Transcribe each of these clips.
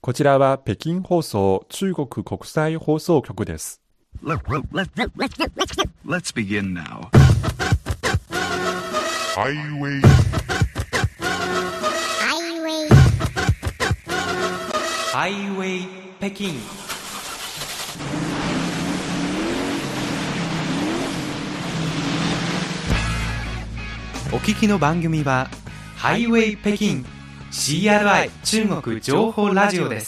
こちらは北京放送中国国際放送局です。 Let's begin now. Highway 北京。お聞きの番組はハイウェイ北京 CRI 中国情報ラジオです。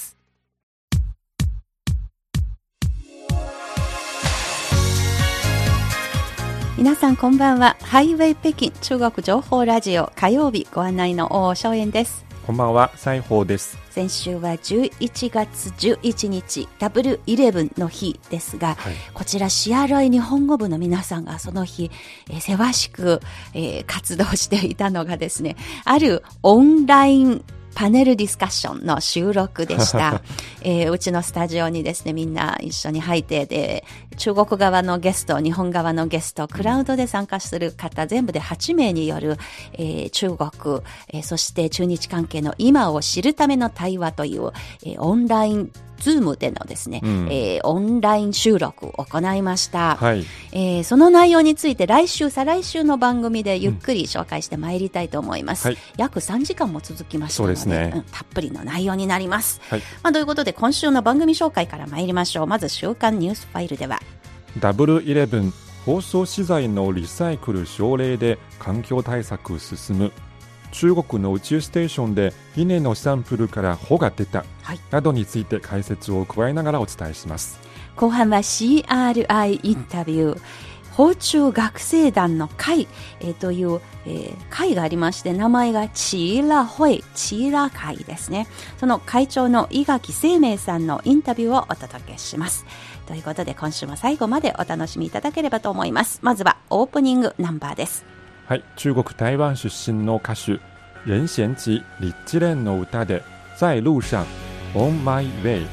皆さんこんばんは。ハイウェイ北京中国情報ラジオ火曜日ご案内の王正燕です。 こんばんは、西宝です。 先週は11月11日 W11 の日ですが、こちらCRI日本語部の皆さんがその日、せわしく、活動していたのがですね、あるオンラインパネルディスカッションの収録でした。うちのスタジオにですね、みんな一緒に入ってで、中国側のゲスト、日本側のゲスト、クラウドで参加する方、全部で8名による、中国、そして中日関係の今を知るための対話という、オンラインズームでのですね、オンライン収録を行いました、その内容について来週再来週の番組でゆっくり紹介してまいりたいと思います、約3時間も続きましたの で、たっぷりの内容になります、ということで今週の番組紹介から参りましょう。まず週刊ニュースファイルでは W11 放送資材のリサイクル奨励で環境対策進む、中国の宇宙ステーションで稲のサンプルから穂が出た、などについて解説を加えながらお伝えします。 後半は CRI インタビュー、訪中学生団の会、という、会がありまして、名前がチーラ会、チーラ会ですね。その会長の伊垣生明さんのインタビューをお届けします。ということで今週も最後までお楽しみいただければと思います。まずはオープニングナンバーです。 中国台湾出身の歌手任贤齐、李智蓮の歌で在路上 On My Way。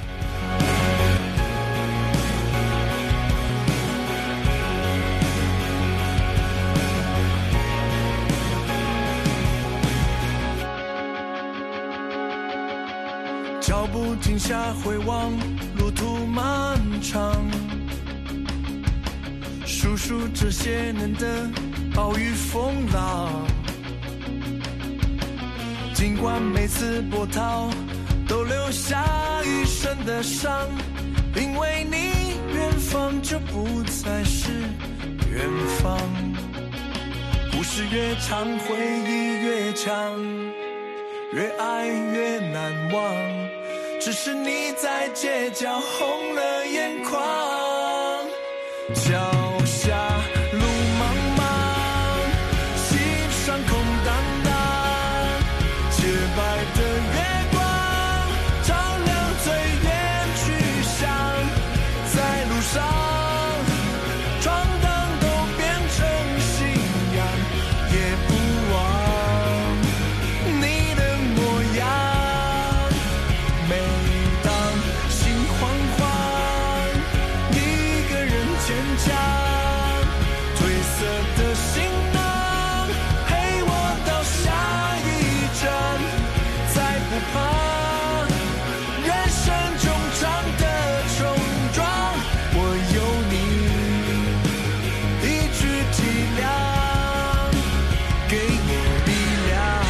脚步停下回望，路途漫长，数数这些年的暴雨风浪，尽管每次波涛都留下一身的伤，因为你远方就不再是远方，故事越长回忆越强，越爱越难忘，只是你在街角红了眼眶，脚下路茫茫，心上空荡荡，洁白的月光照亮最远去向，在路上闯荡都变成信仰，也不忘你的模样，每当心慌慌一个人坚强，褪色的行囊陪我到下一站，再不怕人生中长的冲撞，我有你一句体谅，给我力量。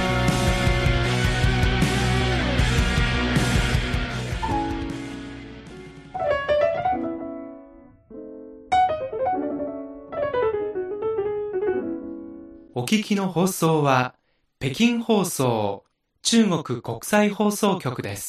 お聞きの放送は北京放送中国国際放送局です。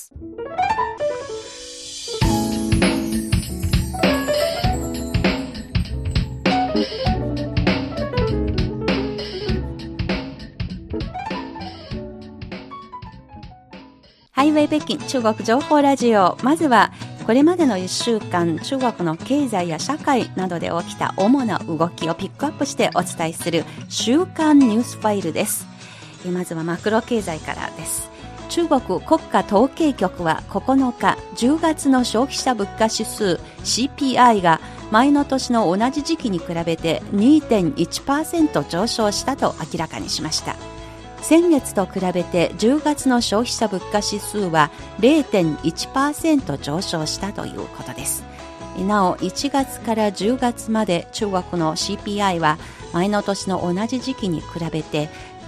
ハイウェイ北京中国情報ラジオ、まずはこれまでの1週間中国の経済や社会などで起きた主な動きをピックアップしてお伝えする週刊ニュースファイルです。まずはマクロ経済からです。中国国家統計局は9日10月の消費者物価指数 CPI が前の年の同じ時期に比べて 2.1% 上昇したと明らかにしました。 先月と比べて10月の消費者物価指数は 0.1% 上昇したということです。なお1月から10月まで中国の CPI は前の年の同じ時期に比べて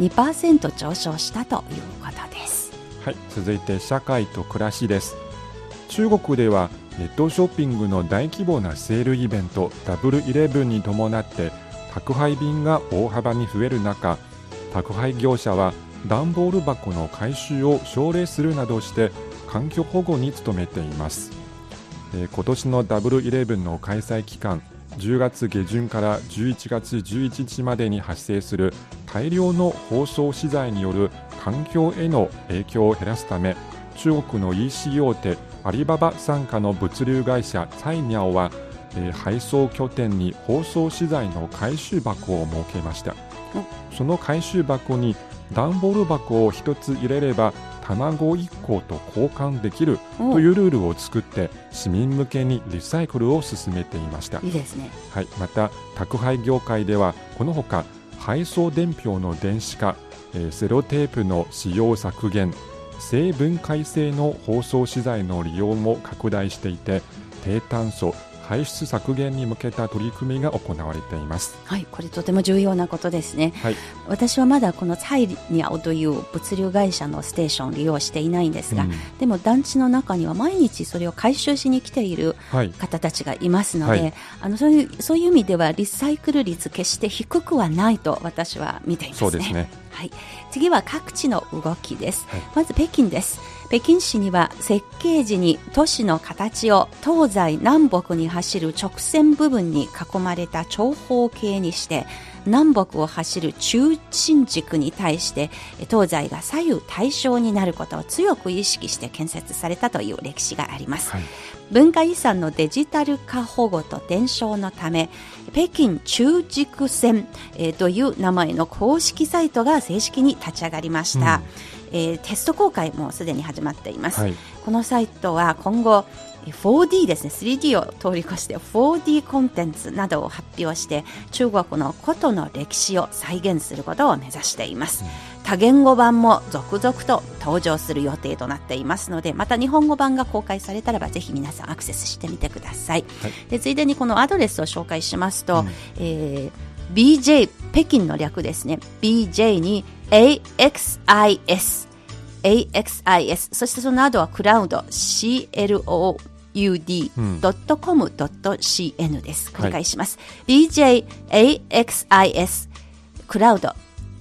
2% 上昇したということです。 はい、続いて社会と暮らしです。中国ではネットショッピングの大規模なセールイベントダブルイレブンに伴って宅配便が大幅に増える中、宅配業者は段ボール箱の回収を奨励するなどして環境保護に努めています。今年のダブルイレブンの開催期間、10月下旬から11月11日までに発生する大量の包装資材による環境への影響を減らすため、中国の EC 大手アリババ傘下の物流会社サイニャオは、配送拠点に包装資材の回収箱を設けました。その回収箱に段ボール箱を1つ入れれば卵1個と交換できるというルールを作って市民向けにリサイクルを進めていました。 いいですね。 はい、また宅配業界ではこのほか配送伝票の電子化、セロテープの使用削減、生分解性の包装資材の利用も拡大していて、低炭素排出削減に向けた取り組みが行われています。 はい、これとても重要なことですね。 はい、 私はまだこのサイニャオという物流会社のステーションを利用していないんですが、でも団地の中には毎日それを回収しに来ている方たちがいますので、そういう意味ではリサイクル率決して低くはないと私は見ていますね。 そうですね。 はい、次は各地の動きです。まず北京です。北京市には設計時に都市の形を東西南北に走る直線部分に囲まれた長方形にして、南北を走る中心軸に対して東西が左右対称になることを強く意識して建設されたという歴史があります。文化遺産のデジタル化保護と伝承のため、北京中軸線、という名前の公式サイトが正式に立ち上がりました。テスト公開もすでに始まっています。このサイトは今後4D ですね、3D を通り越して 4D コンテンツなどを発表して中国の古都の歴史を再現することを目指しています。多言語版も続々と登場する予定となっていますので、また日本語版が公開されたらばぜひ皆さんアクセスしてみてください。でついでにこのアドレスを紹介しますと、BJ 北京の略ですね。 BJ に AXIS そしてその後はクラウド CLOUD.com.cn です。繰り返します。BJAXIS クラウド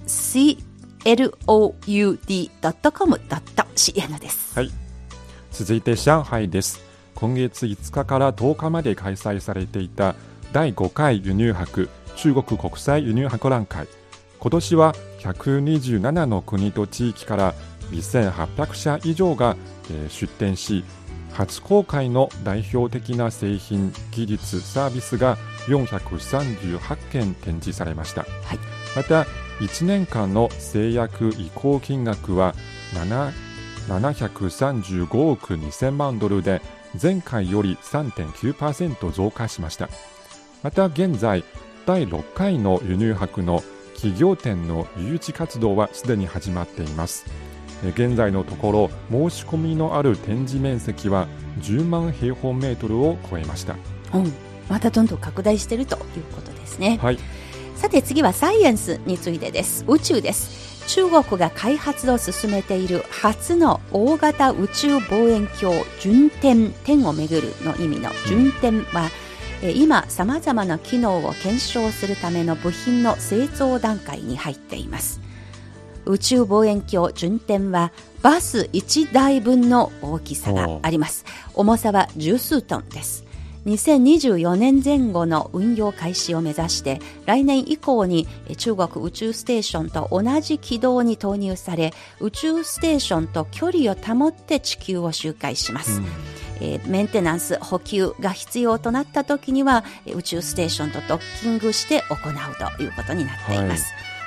CLOUD.com.cn です。 はい、続いて上海です。今月5日から10日まで開催されていた第5回輸入博中国国際輸入博覧会。今年は127の国と地域から2800社以上が出展し、初公開の代表的な製品、技術、サービスが438件展示されました。また1年間の製薬移行金額は735億2000万ドルで前回より 3.9% 増加しました。また現在第6回の輸入博の企業展の誘致活動はすでに始まっています。現在のところ申し込みのある展示面積は10万平方メートルを超えました。 またどんどん拡大しているということですね。さて次はサイエンスについてです。宇宙です。中国が開発を進めている初の大型宇宙望遠鏡巡天、天をめぐるの意味の巡天は、今さまざまな機能を検証するための部品の製造段階に入っています。宇宙望遠鏡巡天はバス1台分の大きさがあります。重さは十数トンです。2024年前後の運用開始を目指して来年以降に中国宇宙ステーションと同じ軌道に投入され、宇宙ステーションと距離を保って地球を周回します。メンテナンス補給が必要となった時には宇宙ステーションとドッキングして行うということになっています。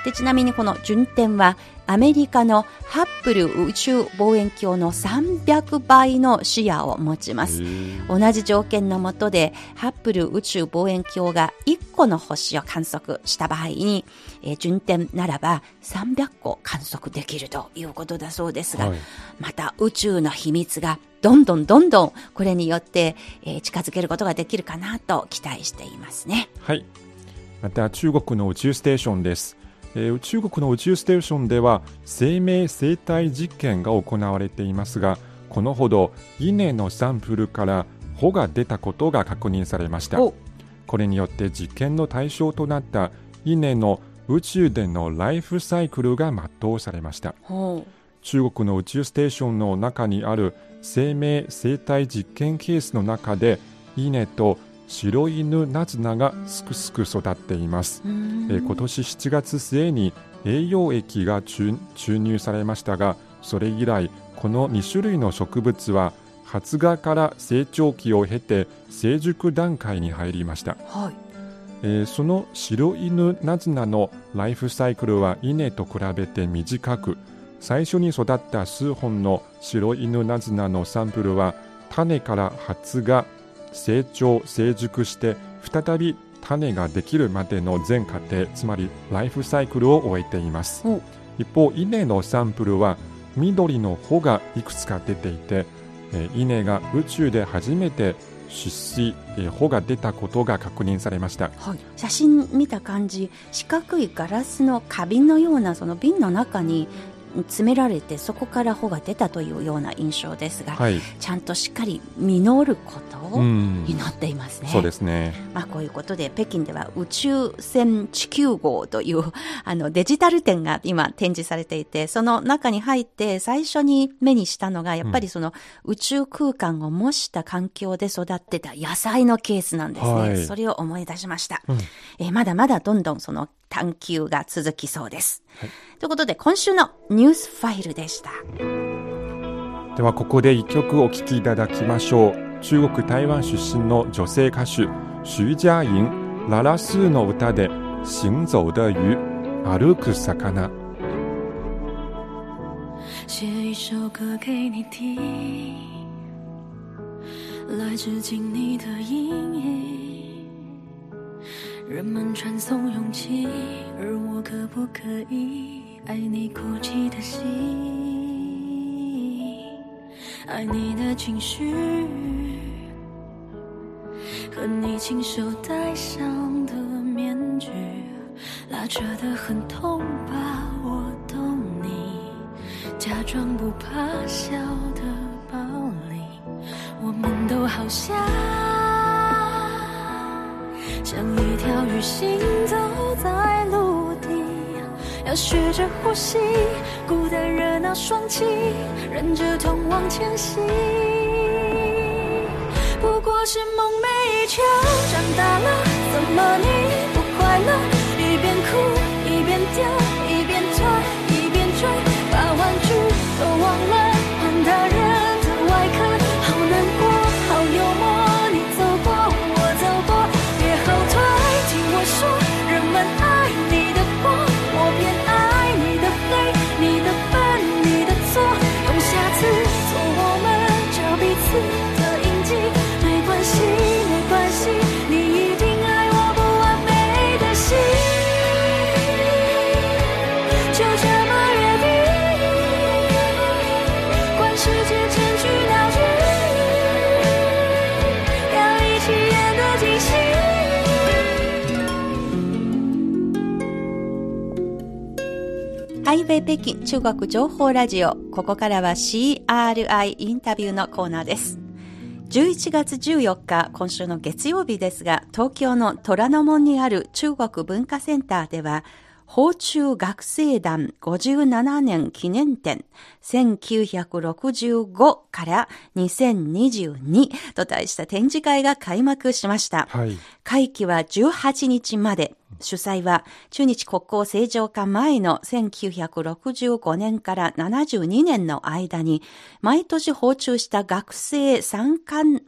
で、ちなみにこの順天はアメリカのハッブル宇宙望遠鏡の300倍の視野を持ちます。同じ条件の下でハッブル宇宙望遠鏡が1個の星を観測した場合に、順天ならば300個観測できるということだそうですが、また宇宙の秘密がどんどんこれによって、近づけることができるかなと期待していますね。 はい。また中国の宇宙ステーションです。中国の宇宙ステーションでは生命生態実験が行われていますが、このほど稲のサンプルから穂が出たことが確認されました。これによって実験の対象となった稲の宇宙でのライフサイクルが全うされました。中国の宇宙ステーションの中にある生命生態実験ケースの中で稲と白犬ナズナがすくすく育っています。今年7月末に栄養液が注入されましたが、それ以来この2種類の植物は発芽から成長期を経て成熟段階に入りました。その白犬ナズナのライフサイクルは稲と比べて短く、最初に育った数本の白犬ナズナのサンプルは種から発芽、成長、成熟して再び種ができるまでの全過程、つまりライフサイクルを終えています。一方、稲のサンプルは緑の穂がいくつか出ていて、稲が宇宙で初めて出水、穂が出たことが確認されました。 写真見た感じ、四角いガラスの花瓶のようなその瓶の中に詰められて、そこから穂が出たというような印象ですが、ちゃんとしっかり実ることを祈っていますね。 そうですね。 こういうことで北京では宇宙船地球号というデジタル展が今展示されていて、その中に入って最初に目にしたのがやっぱりその宇宙空間を模した環境で育ってた野菜のケースなんですね。それを思い出しました。まだまだどんどんその探求が続きそうです。ということで今週のニュースファイルでした。 ではここで一曲お聴きいただきましょう。中国台湾出身の女性歌手徐佳莹、ララスーの歌で行走的魚、歩く魚。 写一首歌给你听，来致敬你的阴影，人们传颂勇气，而我可不可以爱你孤寂的心，爱你的情绪，和你亲手戴上的面具，拉扯得很痛吧，我懂你，假装不怕笑的暴力，我们都好像一条鱼行走在陆地，要学着呼吸，孤单热闹双栖，忍着痛往前行，不过是梦寐以求，长大了怎么你不快乐，一边哭一边丢一边推一边追，把玩具都忘了换大人的外壳，好难过好幽默，你走过我走过，别后退，听我说，人们爱你的光，我偏爱你的黑，你的笨你的错，用下次做我们找彼此的印记，没关系没关系，你一定爱我不完美的心，就这么约定，管世界千句闹剧，要一起演得尽兴。 ハイウェイ北京中国情報ラジオ、ここからは CRI インタビューのコーナーです。11月14日、今週の月曜日ですが、東京の虎ノ門にある中国文化センターでは、芳中学生団57年記念展1965から2022と題した展示会が開幕しました。会期は18日まで。主催は中日国交正常化前の1965年から72年の間に毎年訪中した学生参観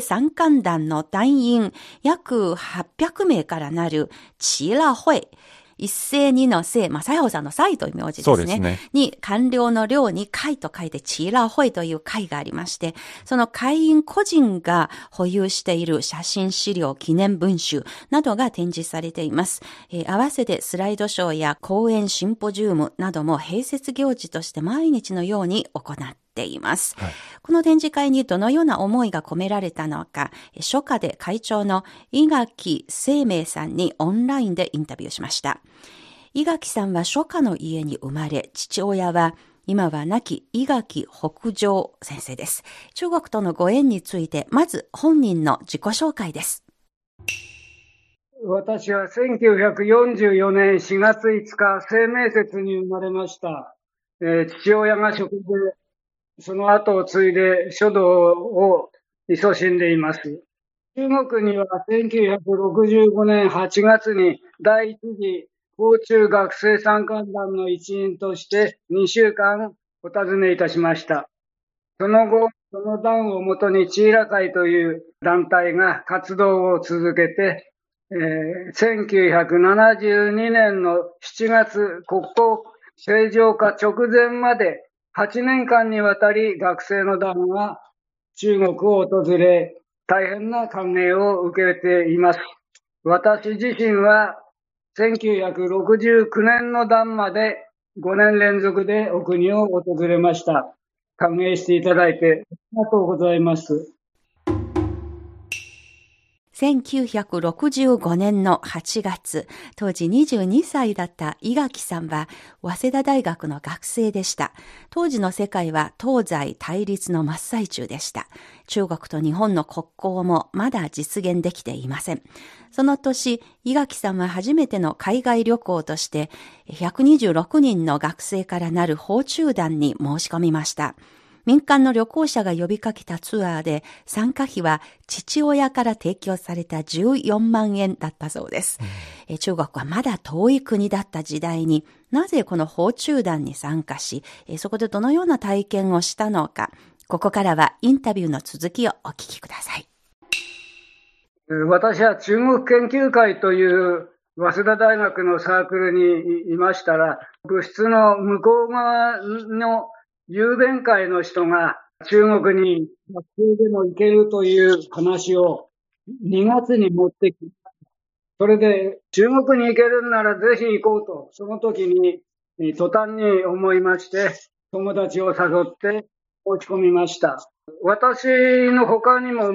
団の団員約800名からなるチーラ会、 一斉にのせい、西郷さんの西という名字ですね。 そうですね。 に、官僚の僚に会と書いて、チーラーホイという会がありまして、その会員個人が保有している写真資料、記念文集などが展示されています。合わせてスライドショーや講演シンポジウムなども併設行事として毎日のように行っています。はい、この展示会にどのような思いが込められたのか、初夏で会長の伊垣清明さんにオンラインでインタビューしました。伊垣さんは初夏の家に生まれ、父親は今は亡き伊垣北条先生です。中国とのご縁について、まず本人の自己紹介です。 私は1944年4月5日、清明節に生まれました。父親が職で、その後を継いで書道を勤しんでいます。中国には1965年8月に第一次高中学生参観団の一員として2週間お尋ねいたしました。その後、その団をもとにチーラ会という団体が活動を続けて、1972年の7月国交正常化直前まで8年間にわたり学生の団が中国を訪れ、大変な歓迎を受けています。私自身は1969年の段まで5年連続でお国を訪れました。歓迎していただいてありがとうございます。 1965年の8月、当時22歳だった伊垣さんは早稲田大学の学生でした。当時の世界は東西対立の真っ最中でした。中国と日本の国交もまだ実現できていません。その年、伊垣さんは初めての海外旅行として126人の学生からなる訪中団に申し込みました。民間の旅行者が呼びかけたツアーで参加費は父親から提供された14万円だったそうです。中国はまだ遠い国だった時代になぜこの訪中団に参加し、そこでどのような体験をしたのか、ここからはインタビューの続きをお聞きください。 私は中国研究会という早稲田大学のサークルにいましたら、部室の向こう側の雄弁会の人が中国に学生でも行けるという話を2月に持ってきた。それで中国に行けるならぜひ行こうと、その時に途端に思いまして、友達を誘って申し込みました。私の他にも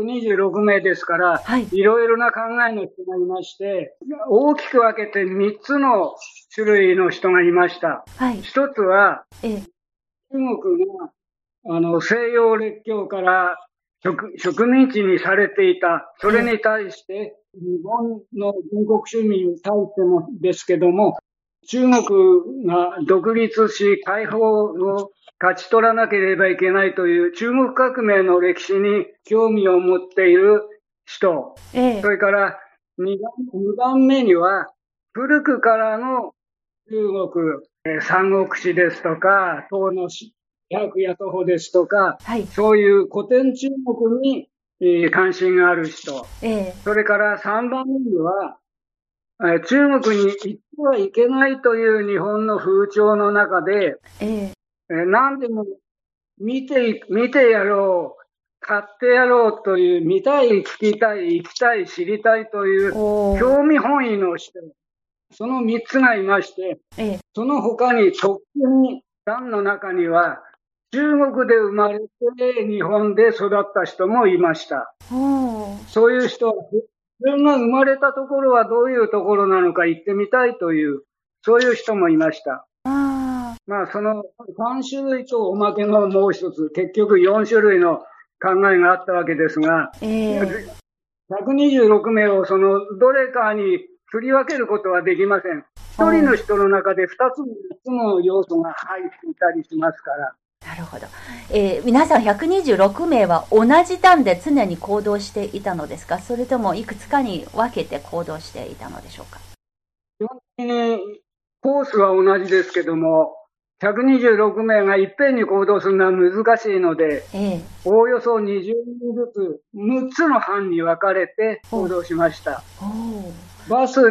126名ですから、いろいろな考えの人がいまして、大きく分けて3つの種類の人がいました。一つは、中国が西洋列強から植民地にされていた。それに対して、日本の軍国主義に対してもですけども、中国が独立し解放を勝ち取らなければいけないという中国革命の歴史に興味を持っている人。それから2番目には、古くからの中国、三国志ですとか、唐の百夜徒歩ですとか、そういう古典中国に関心がある人。それから3番目には、中国に行ってはいけないという日本の風潮の中で、何でも見てやろう、買ってやろうという、見たい、聞きたい、行きたい、知りたいという興味本位の人。その3つがいまして、その他に特に団の中には、中国で生まれて日本で育った人もいました。そういう人は、自分が生まれたところはどういうところなのか行ってみたいという、そういう人もいました。その3種類とおまけのもう一つ、結局4種類の考えがあったわけですが、126名をそのどれかに振り分けることはできません。一人の人の中で2つも3つの要素が入っていたりしますから。 なるほど。皆さん126名は同じ団で常に行動していたのですか？それともいくつかに分けて行動していたのでしょうか？ 基本的にコースは同じですけども、126名がいっぺんに行動するのは難しいので、おおよそ20人ずつ6つの班に分かれて行動しました。バスに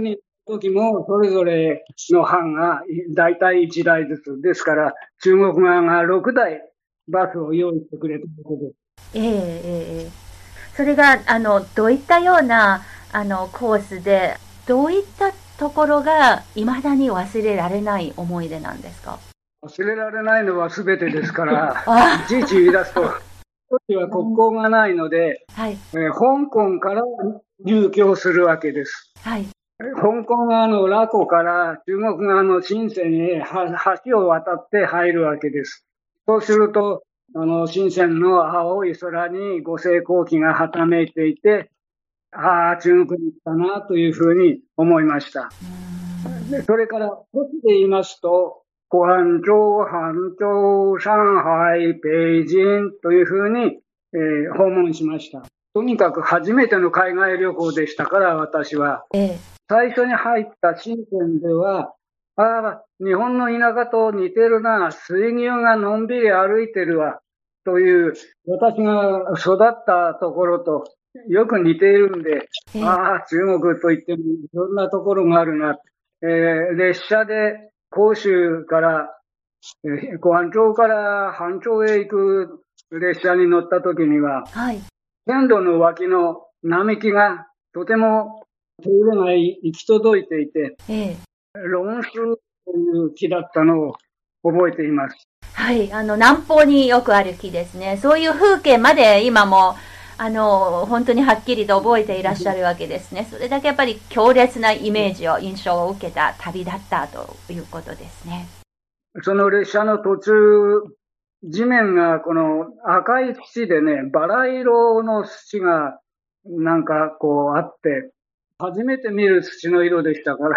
時もそれぞれの班がだいたい1台ずつ。ですから、中国側が6台バスを用意してくれたことです。 それが、どういったような、コースで、どういったところが未だに忘れられない思い出なんですか？ 忘れられないのは全てですから、いちいち言い出すと、こっちは国交がないので、 はい香港から入境するわけです。 はい、 香港側のラコから中国側の深センへ橋を渡って入るわけです。そうすると、深センの青い空に五星紅旗がはためいていて、ああ、中国に来たなというふうに思いました。でそれから、都市で言いますと、廣州、杭州、上海、北京というふうに、訪問しました。とにかく初めての海外旅行でしたから、私は。最初に入った深センでは、日本の田舎と似てるな、水牛がのんびり歩いてるわ、という、私が育ったところとよく似ているんで、中国といってもいろんなところがあるな。列車で広州から、廣州から杭州へ行く列車に乗った時には、線路の脇の並木がとても手入れが行き届いていて、論州という木だったのを覚えています。 はい、南方によくある木ですね。そういう風景まで今も本当にはっきりと覚えていらっしゃるわけですね。それだけやっぱり強烈なイメージを、印象を受けた旅だったということですね。 その列車の途中、地面がこの赤い土でね、バラ色の土がなんかこうあって、初めて見る土の色でしたから。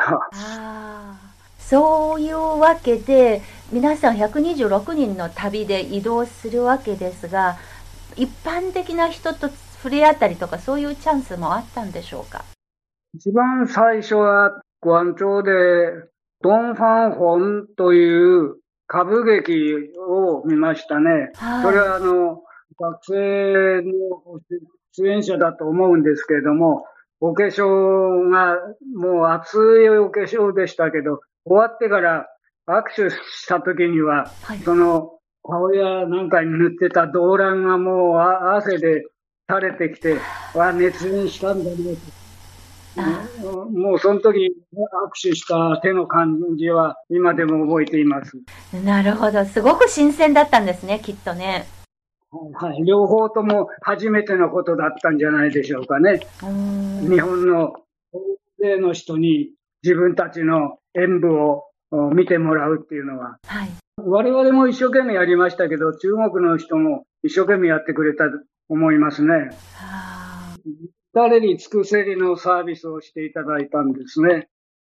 そういうわけで、皆さん126人の旅で移動するわけですが、一般的な人と触れ合ったりとか、そういうチャンスもあったんでしょうか？ 一番最初は、廣州で、ドンファンホンという歌舞劇を見ましたね。それは学生の出演者だと思うんですけれども、お化粧がもう熱いお化粧でしたけど、終わってから握手した時には、その顔やなんかに塗ってた動乱がもう汗で垂れてきて、熱演したんだねと。もうその時握手した手の感じは今でも覚えています。 なるほど。すごく新鮮だったんですね、きっとね。 はい、両方とも初めてのことだったんじゃないでしょうかね。日本の大勢の人に自分たちの演舞を見てもらうっていうのは、我々も一生懸命やりましたけど、中国の人も一生懸命やってくれたと思いますね。誰に尽くせりのサービスをしていただいたんですね。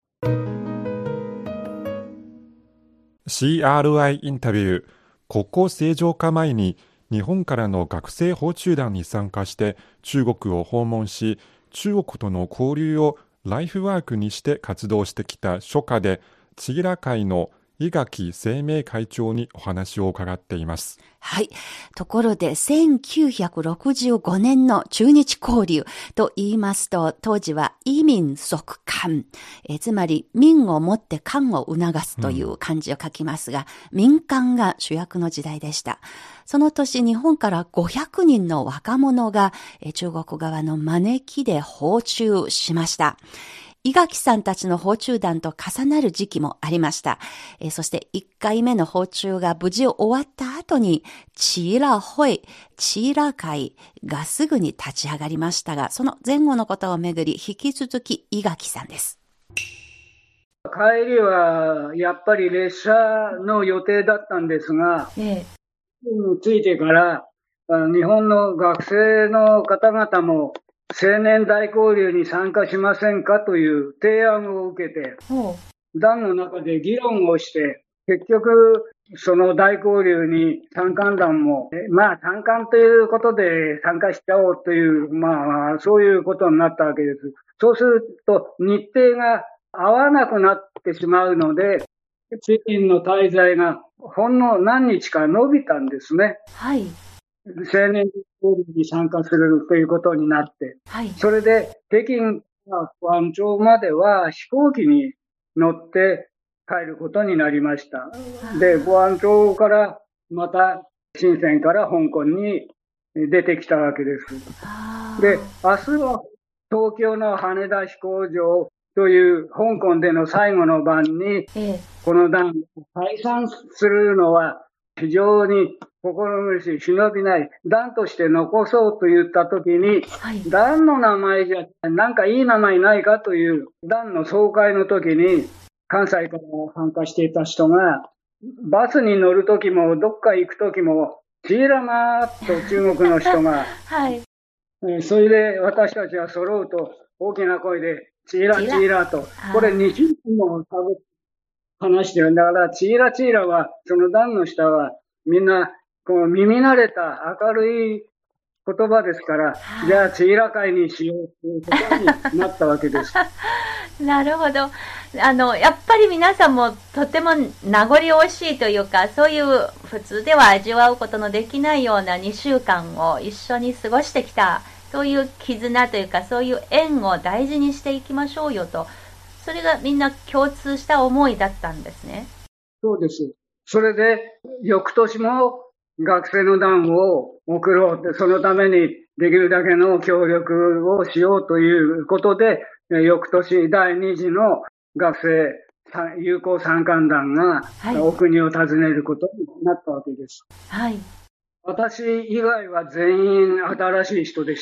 CRI インタビュー。国交正常化前に日本からの学生訪中団に参加して中国を訪問し、中国との交流をライフワークにして活動してきた書家で、千吉良会の伊垣清明会長にお話を伺っています。 はい。ところで、1965年の中日交流と言いますと、当時は移民促官、つまり民をもって官を促すという漢字を書きますが、民間が主役の時代でした。その年、日本から500人の若者が中国側の招きで訪中しました。伊垣さんたちの訪中団と重なる時期もありました。そして1回目の訪中が無事終わった後に、千吉良会がすぐに立ち上がりましたが、その前後のことをめぐり、引き続き伊垣さんです。 帰りはやっぱり列車の予定だったんですが、着いてから日本の学生の方々も青年大交流に参加しませんかという提案を受けて、団の中で議論をして、結局、その大交流に参観団も、参観ということで参加しちゃおうという、そういうことになったわけです。そうすると、日程が合わなくなってしまうので、北京の滞在がほんの何日か伸びたんですね。青年交流に参加するということになって、それで北京湾町までは飛行機に乗って帰ることになりました。で、湾町からまた深センから香港に出てきたわけです。で、明日は東京の羽田飛行場という香港での最後の晩に、この団を解散するのは非常に心苦しい、忍びない、団として残そうと言ったときに、団の名前じゃ、なんかいい名前ないかという団の総会のときに、関西から参加していた人が、バスに乗るときも、どっか行くときも、チーラマーと中国の人が、それで私たちは揃うと大きな声で、チーラチーラと、これ2週間も話してるんだから、チーラチーラは、その団の下は、みんな、こう耳慣れた明るい言葉ですから、じゃあチーラ会にしようということになったわけです。 なるほど。やっぱり皆さんもとても名残惜しいというか、そういう普通では味わうことのできないような2週間を一緒に過ごしてきた、そういう絆というか、そういう縁を大事にしていきましょうよと、それがみんな共通した思いだったんですね。 そうです。それで、翌年も学生の団を送ろうって、そのためにできるだけの協力をしようということで、翌年第2次の学生友好参観団がお国を訪ねることになったわけです。 はい。 私以外は全員新しい人でした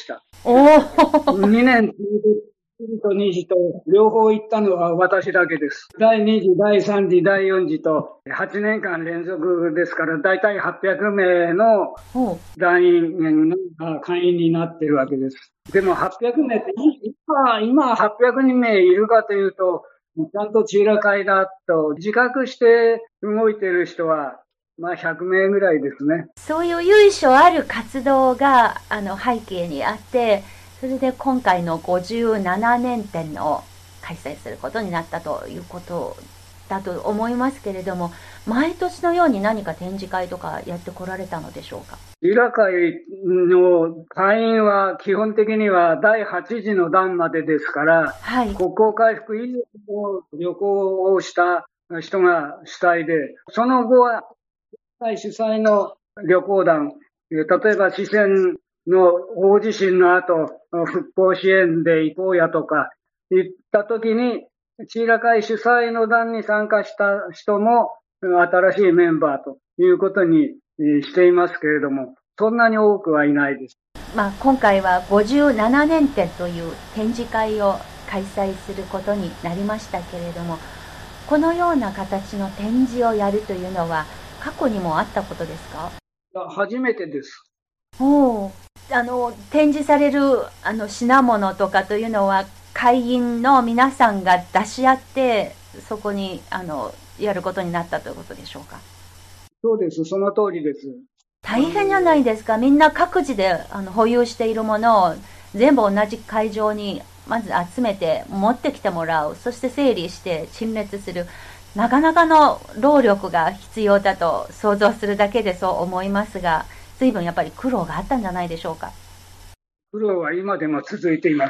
。2年と2次と両方行ったのは私だけです。第2次、第3次、第4次と8年間連続ですから、だいたい800名の団員が会員になっているわけです。でも800名って今800名いるかというと、ちゃんとチーラ会だと自覚して動いている人はまあ100名ぐらいですね。 そういう由緒ある活動が背景にあって、それで今回の57年展を開催することになったということだと思いますけれども、毎年のように何か展示会とかやってこられたのでしょうか。 チーラ会の会員は基本的には第8次の段までですから、国交回復以上の旅行をした人が主体で、その後は主催の旅行団、例えば四川の大地震の後、復興支援で行こうやとか言ったときに、チーラ会主催の団に参加した人も新しいメンバーということにしていますけれども、そんなに多くはいないです。 今回は57年展という展示会を開催することになりましたけれども、このような形の展示をやるというのは過去にもあったことですか？ 初めてです。 展示される品物とかというのは会員の皆さんが出し合ってそこにやることになったということでしょうか？ そうです、その通りです。 大変じゃないですか。みんな各自で保有しているものを全部同じ会場にまず集めて持ってきてもらう、そして整理して陳列する、なかなかの労力が必要だと想像するだけでそう思いますが、随分やっぱり苦労があったんじゃないでしょうか。 苦労は今でも続いています。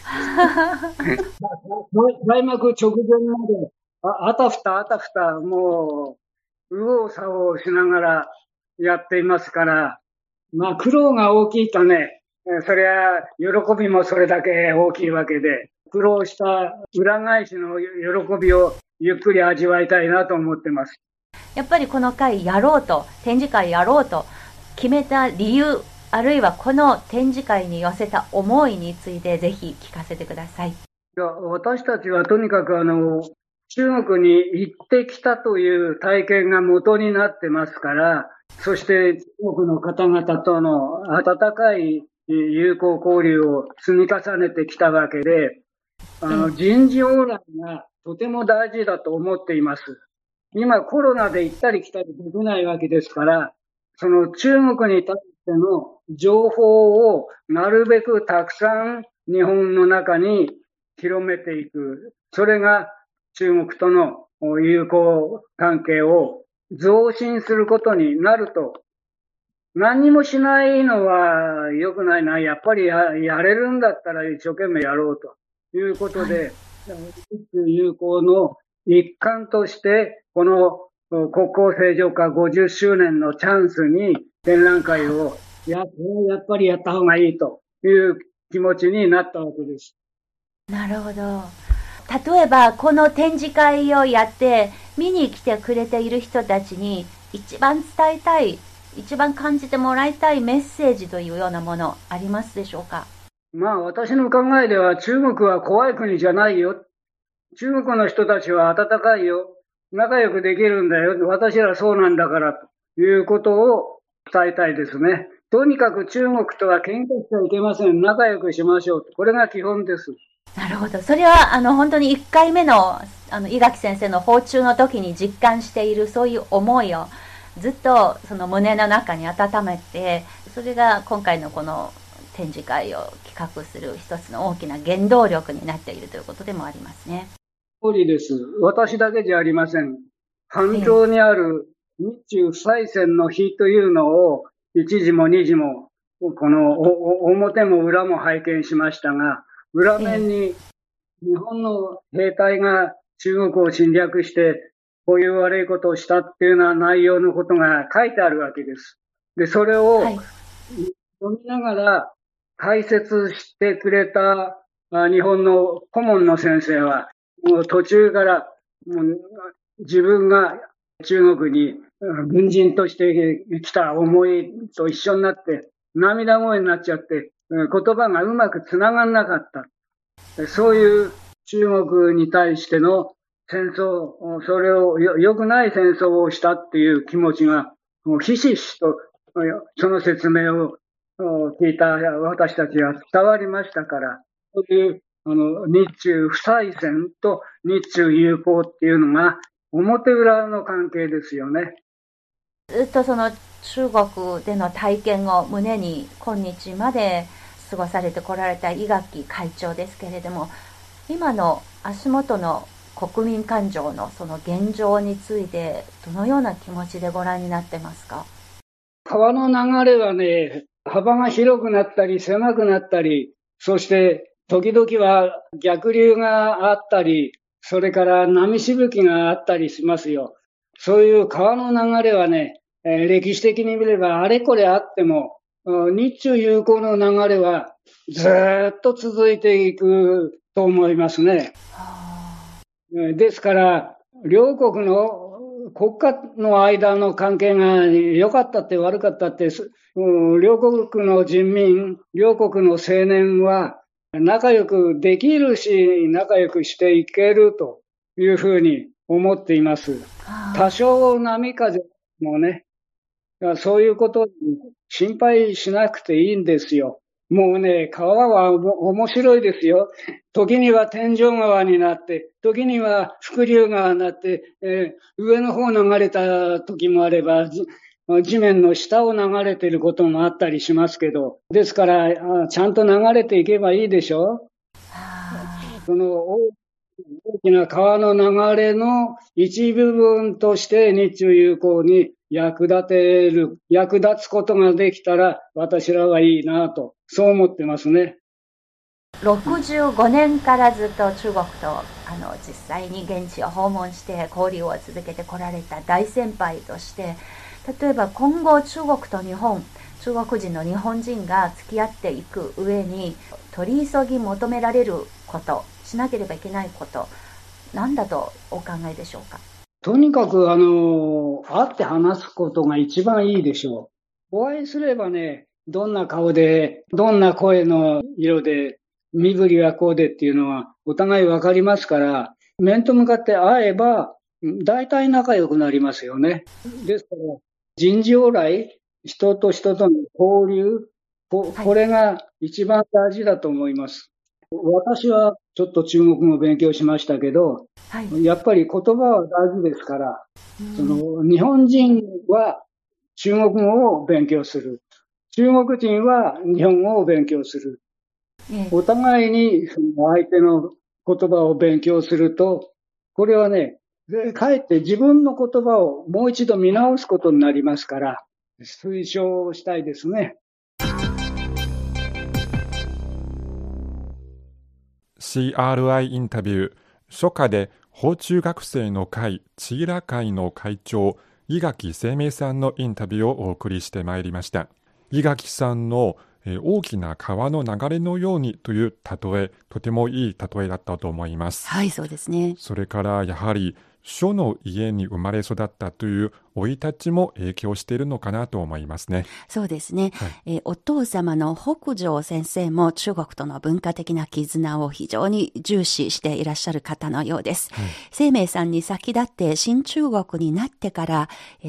開幕直前まであたふたもう右往左往しながらやっていますから、苦労が大きいとね、そりゃ喜びもそれだけ大きいわけで、苦労した裏返しの喜びをゆっくり味わいたいなと思ってます。 やっぱりこの会やろうと、展示会やろうと決めた理由、あるいはこの展示会に寄せた思いについてぜひ聞かせてください。 私たちはとにかく中国に行ってきたという体験が元になってますから、そして中国の方々との温かい友好交流を積み重ねてきたわけで、人事往来がとても大事だと思っています。今コロナで行ったり来たりできないわけですから、その中国に対しての情報をなるべくたくさん日本の中に広めていく。それが中国との友好関係を増進することになると。何にもしないのは良くないな。やっぱりやれるんだったら一生懸命やろうということで、日中友好の一環として、この国交正常化50周年のチャンスに展覧会をやっぱりやった方がいいという気持ちになったわけです。 なるほど。例えばこの展示会をやって見に来てくれている人たちに一番伝えたい、一番感じてもらいたいメッセージというようなものありますでしょうか？ まあ私の考えでは、中国は怖い国じゃないよ。中国の人たちは温かいよ。仲良くできるんだよ。私らそうなんだからということを伝えたいですね。とにかく中国とは喧嘩しちゃいけません。仲良くしましょう。これが基本です。 なるほど。それは本当に1回目の伊垣先生の訪中の時に実感しているそういう思いをずっとその胸の中に温めて、それが今回のこの展示会を企画する一つの大きな原動力になっているということでもありますね。 通りです。私だけじゃありません。半島にある日中不再戦の日というのを1時も2時もこの表も裏も拝見しましたが、裏面に日本の兵隊が中国を侵略してこういう悪いことをしたっていうような内容のことが書いてあるわけです。で、それを読みながら解説してくれた日本の顧問の先生は、もう途中から自分が中国に軍人として来た思いと一緒になって涙声になっちゃって言葉がうまくつながんなかった。そういう中国に対しての戦争、それを良くない戦争をしたっていう気持ちがひしひしとその説明を聞いた私たちは伝わりましたから、そういう日中不再戦と日中友好っていうのが表裏の関係ですよね。 ずっとその中国での体験を胸に今日まで過ごされてこられた伊垣会長ですけれども、今の足元の国民感情のその現状についてどのような気持ちでご覧になってますか？ 川の流れはね、幅が広くなったり狭くなったり、そして時々は逆流があったり、それから波しぶきがあったりしますよ。そういう川の流れはね、歴史的に見ればあれこれあっても、日中友好の流れはずっと続いていくと思いますね。ですから、両国の国家の間の関係が良かったって悪かったって、両国の人民、両国の青年は仲良くできるし、仲良くしていけるというふうに思っています。多少波風もね、そういうことに心配しなくていいんですよ。もうね、川は面白いですよ。時には天井川になって、時には伏流川になって、上の方流れた時もあれば、地面の下を流れていることもあったりしますけど、ですから、ちゃんと流れていけばいいでしょ。その大きな川の流れの一部分として日中友好に役立つことができたら私らはいいなと、そう思ってますね。 65年からずっと中国と実際に現地を訪問して交流を続けてこられた大先輩として、例えば今後中国と日本、中国人の日本人が付き合っていく上に取り急ぎ求められること、しなければいけないこと、何だとお考えでしょうか？ とにかく会って話すことが一番いいでしょう。お会いすればね、どんな顔で、どんな声の色で、身振りはこうでっていうのはお互いわかりますから、面と向かって会えば、大体仲良くなりますよね。ですから、人事往来、人と人との交流、これが一番大事だと思います。私はちょっと中国語を勉強しましたけど、やっぱり言葉は大事ですから、日本人は中国語を勉強する。中国人は日本語を勉強する。お互いに相手の言葉を勉強すると、これはね、かえって自分の言葉をもう一度見直すことになりますから、推奨したいですね。 CRI インタビュー、初夏で法中学生の会チーラ会の会長伊垣生命さんのインタビューをお送りしてまいりました。伊垣さんの大きな川の流れのようにという例え、とてもいい例えだったと思います。 はい、そうですね。 それからやはり書の家に生まれ育ったという生い立ちも影響しているのかなと思いますね。 そうですね、 はい、 お父様の北条先生も中国との文化的な絆を非常に重視していらっしゃる方のようです。はい、生命さんに先立って新中国になってから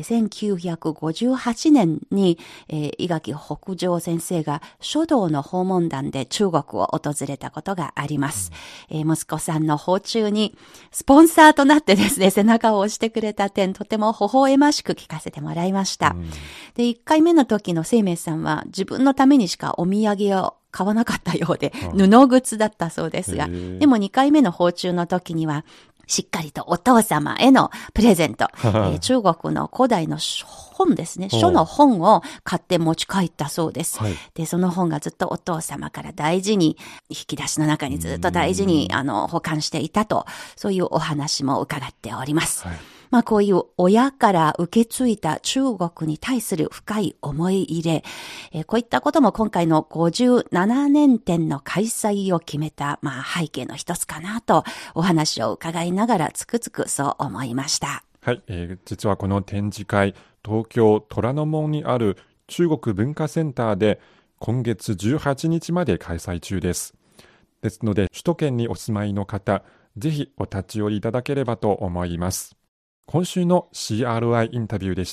1958年に伊垣北条先生が書道の訪問団で中国を訪れたことがあります。息子さんの訪中にスポンサーとなってですね、背中を押してくれた点、とても微笑ましく聞かせてもらいました。で、1回目の時の生命さんは自分のためにしかお土産を買わなかったようで、布靴だったそうですが、でも2回目の訪中の時には、しっかりとお父様へのプレゼント、中国の古代の本ですね、書の本を買って持ち帰ったそうです。はい、で、その本がずっとお父様から大事に、引き出しの中にずっと大事に保管していたと、そういうお話も伺っております。はい、まあこういう親から受け継いだ中国に対する深い思い入れ、こういったことも今回の57年展の開催を決めた、まあ背景の一つかなとお話を伺いながらつくづくそう思いました。 はい、実はこの展示会、東京虎ノ門にある中国文化センターで今月18日まで開催中です。ですので首都圏にお住まいの方、ぜひお立ち寄りいただければと思います。今週の CRI インタビューでした。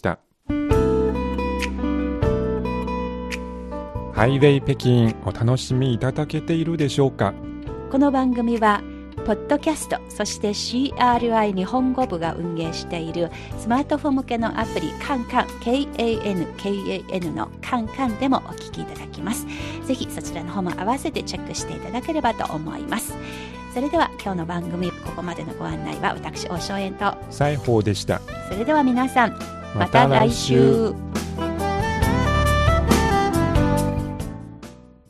ハイウェイ北京、お楽しみいただけているでしょうか。 この番組はポッドキャスト、そして CRI 日本語部が運営しているスマートフォン向けのアプリカンカン KAN のカンカンでもお聞きいただきます。ぜひそちらの方も合わせてチェックしていただければと思います。それでは今日の番組、ここまでのご案内は私大正円と西宝でした。 それでは皆さん、また来週。